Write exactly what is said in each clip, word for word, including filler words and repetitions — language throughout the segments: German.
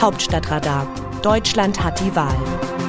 Hauptstadtradar. Deutschland hat die Wahl.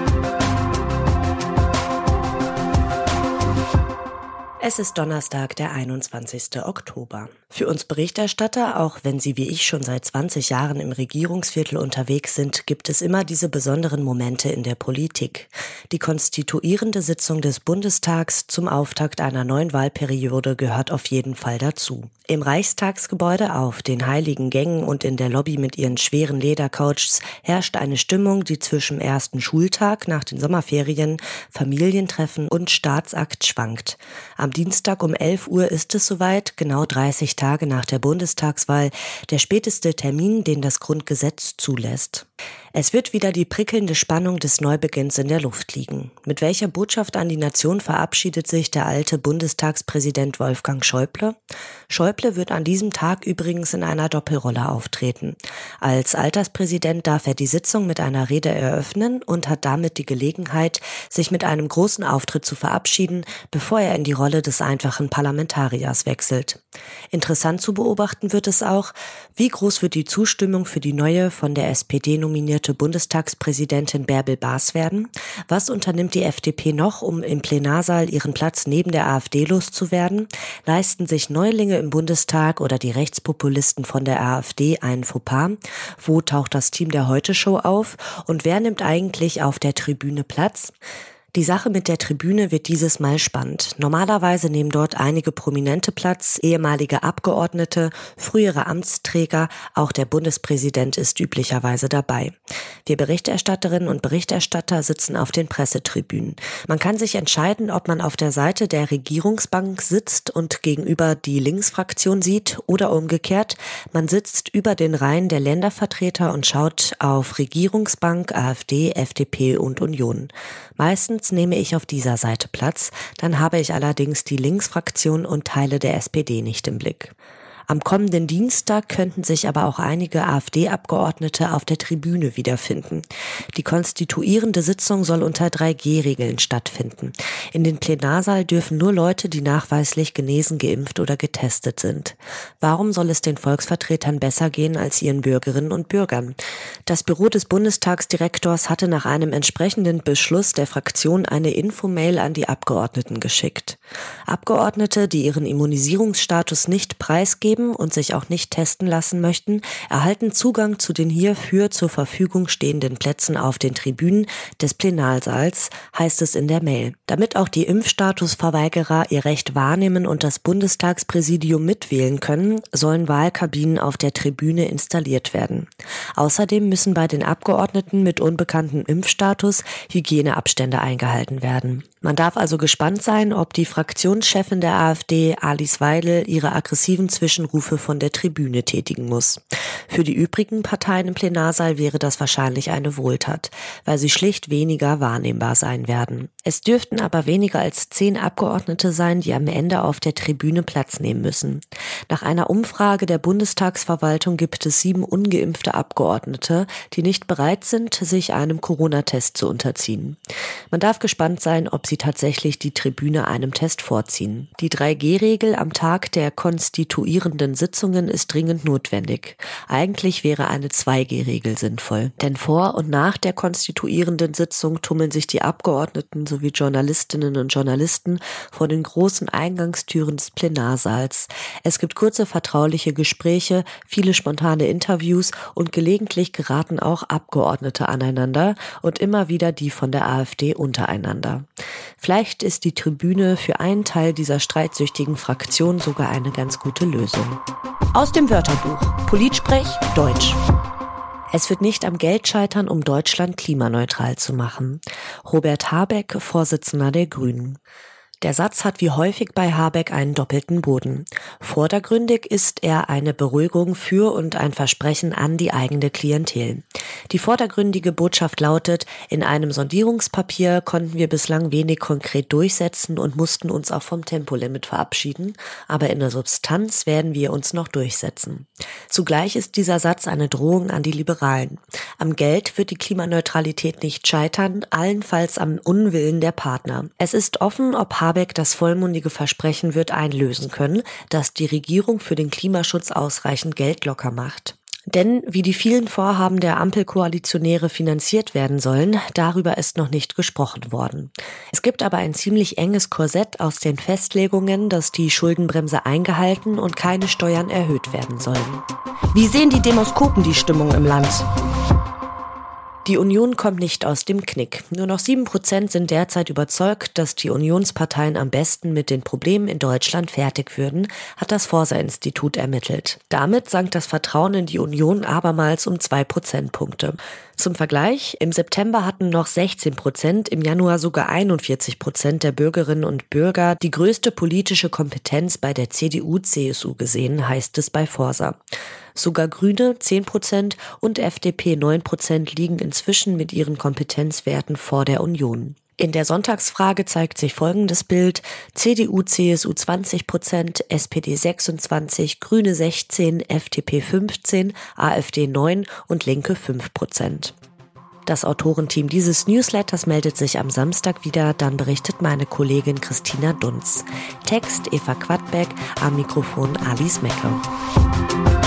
Es ist Donnerstag, der einundzwanzigster Oktober. Für uns Berichterstatter, auch wenn Sie wie ich schon seit zwanzig Jahren im Regierungsviertel unterwegs sind, gibt es immer diese besonderen Momente in der Politik. Die konstituierende Sitzung des Bundestags zum Auftakt einer neuen Wahlperiode gehört auf jeden Fall dazu. Im Reichstagsgebäude, auf den Heiligen Gängen und in der Lobby mit ihren schweren Ledercouches herrscht eine Stimmung, die zwischen ersten Schultag nach den Sommerferien, Familientreffen und Staatsakt schwankt. Am Dienstag um elf Uhr ist es soweit, genau dreißig Tage nach der Bundestagswahl, der späteste Termin, den das Grundgesetz zulässt. Es wird wieder die prickelnde Spannung des Neubeginns in der Luft liegen. Mit welcher Botschaft an die Nation verabschiedet sich der alte Bundestagspräsident Wolfgang Schäuble? Schäuble wird an diesem Tag übrigens in einer Doppelrolle auftreten. Als Alterspräsident darf er die Sitzung mit einer Rede eröffnen und hat damit die Gelegenheit, sich mit einem großen Auftritt zu verabschieden, bevor er in die Rolle des einfachen Parlamentariers wechselt. Interessant zu beobachten wird es auch, wie groß wird die Zustimmung für die neue, von der S P D nominierte Bundestagspräsidentin Bärbel Baas werden? Was unternimmt die F D P noch, um im Plenarsaal ihren Platz neben der AfD loszuwerden? Leisten sich Neulinge im Bundestag oder die Rechtspopulisten von der AfD einen Fauxpas? Wo taucht das Team der Heute-Show auf? Und wer nimmt eigentlich auf der Tribüne Platz? Die Sache mit der Tribüne wird dieses Mal spannend. Normalerweise nehmen dort einige Prominente Platz, ehemalige Abgeordnete, frühere Amtsträger, auch der Bundespräsident ist üblicherweise dabei. Wir Berichterstatterinnen und Berichterstatter sitzen auf den Pressetribünen. Man kann sich entscheiden, ob man auf der Seite der Regierungsbank sitzt und gegenüber die Linksfraktion sieht oder umgekehrt. Man sitzt über den Reihen der Ländervertreter und schaut auf Regierungsbank, AfD, F D P und Union. Meistens nehme ich auf dieser Seite Platz, dann habe ich allerdings die Linksfraktion und Teile der S P D nicht im Blick. Am kommenden Dienstag könnten sich aber auch einige AfD-Abgeordnete auf der Tribüne wiederfinden. Die konstituierende Sitzung soll unter drei G Regeln stattfinden. In den Plenarsaal dürfen nur Leute, die nachweislich genesen, geimpft oder getestet sind. Warum soll es den Volksvertretern besser gehen als ihren Bürgerinnen und Bürgern? Das Büro des Bundestagsdirektors hatte nach einem entsprechenden Beschluss der Fraktion eine Infomail an die Abgeordneten geschickt. Abgeordnete, die ihren Immunisierungsstatus nicht preisgeben und sich auch nicht testen lassen möchten, erhalten Zugang zu den hierfür zur Verfügung stehenden Plätzen auf den Tribünen des Plenarsaals, heißt es in der Mail. Damit auch die Impfstatusverweigerer ihr Recht wahrnehmen und das Bundestagspräsidium mitwählen können, sollen Wahlkabinen auf der Tribüne installiert werden. Außerdem müssen bei den Abgeordneten mit unbekanntem Impfstatus Hygieneabstände eingehalten werden. Man darf also gespannt sein, ob die Fraktionschefin der AfD, Alice Weidel, ihre aggressiven Zwischenrufe von der Tribüne tätigen muss. Für die übrigen Parteien im Plenarsaal wäre das wahrscheinlich eine Wohltat, weil sie schlicht weniger wahrnehmbar sein werden. Es dürften aber weniger als zehn Abgeordnete sein, die am Ende auf der Tribüne Platz nehmen müssen. Nach einer Umfrage der Bundestagsverwaltung gibt es sieben ungeimpfte Abgeordnete, die nicht bereit sind, sich einem Corona-Test zu unterziehen. Man darf gespannt sein, ob sie tatsächlich die Tribüne einem Test vorziehen. Die drei G Regel am Tag der konstituierenden Sitzungen ist dringend notwendig. Eigentlich wäre eine zwei G Regel sinnvoll. Denn vor und nach der konstituierenden Sitzung tummeln sich die Abgeordneten sowie Journalistinnen und Journalisten vor den großen Eingangstüren des Plenarsaals. Es gibt kurze vertrauliche Gespräche, viele spontane Interviews und gelegentlich geraten auch Abgeordnete aneinander und immer wieder die von der AfD untereinander. Vielleicht ist die Tribüne für einen Teil dieser streitsüchtigen Fraktion sogar eine ganz gute Lösung. Aus dem Wörterbuch Politsprech Deutsch. Es wird nicht am Geld scheitern, um Deutschland klimaneutral zu machen. Robert Habeck, Vorsitzender der Grünen. Der Satz hat wie häufig bei Habeck einen doppelten Boden. Vordergründig ist er eine Beruhigung für und ein Versprechen an die eigene Klientel. Die vordergründige Botschaft lautet, in einem Sondierungspapier konnten wir bislang wenig konkret durchsetzen und mussten uns auch vom Tempolimit verabschieden, aber in der Substanz werden wir uns noch durchsetzen. Zugleich ist dieser Satz eine Drohung an die Liberalen. Am Geld wird die Klimaneutralität nicht scheitern, allenfalls am Unwillen der Partner. Es ist offen, ob Habeck das vollmundige Versprechen wird einlösen können, dass die Regierung für den Klimaschutz ausreichend Geld locker macht. Denn wie die vielen Vorhaben der Ampelkoalitionäre finanziert werden sollen, darüber ist noch nicht gesprochen worden. Es gibt aber ein ziemlich enges Korsett aus den Festlegungen, dass die Schuldenbremse eingehalten und keine Steuern erhöht werden sollen. Wie sehen die Demoskopen die Stimmung im Land? Die Union kommt nicht aus dem Knick. Nur noch sieben Prozent sind derzeit überzeugt, dass die Unionsparteien am besten mit den Problemen in Deutschland fertig würden, hat das Forsa-Institut ermittelt. Damit sank das Vertrauen in die Union abermals um zwei Prozentpunkte. Zum Vergleich, im September hatten noch sechzehn Prozent, im Januar sogar einundvierzig Prozent der Bürgerinnen und Bürger die größte politische Kompetenz bei der C D U C S U gesehen, heißt es bei Forsa. Sogar Grüne zehn Prozent und F D P neun Prozent liegen inzwischen mit ihren Kompetenzwerten vor der Union. In der Sonntagsfrage zeigt sich folgendes Bild: C D U C S U zwanzig Prozent, S P D sechsundzwanzig, Grüne sechzehn, F D P fünfzehn, AfD neun und Linke fünf Prozent. Das Autorenteam dieses Newsletters meldet sich am Samstag wieder, dann berichtet meine Kollegin Christina Dunz. Text Eva Quadbeck, am Mikrofon Alice Mecke.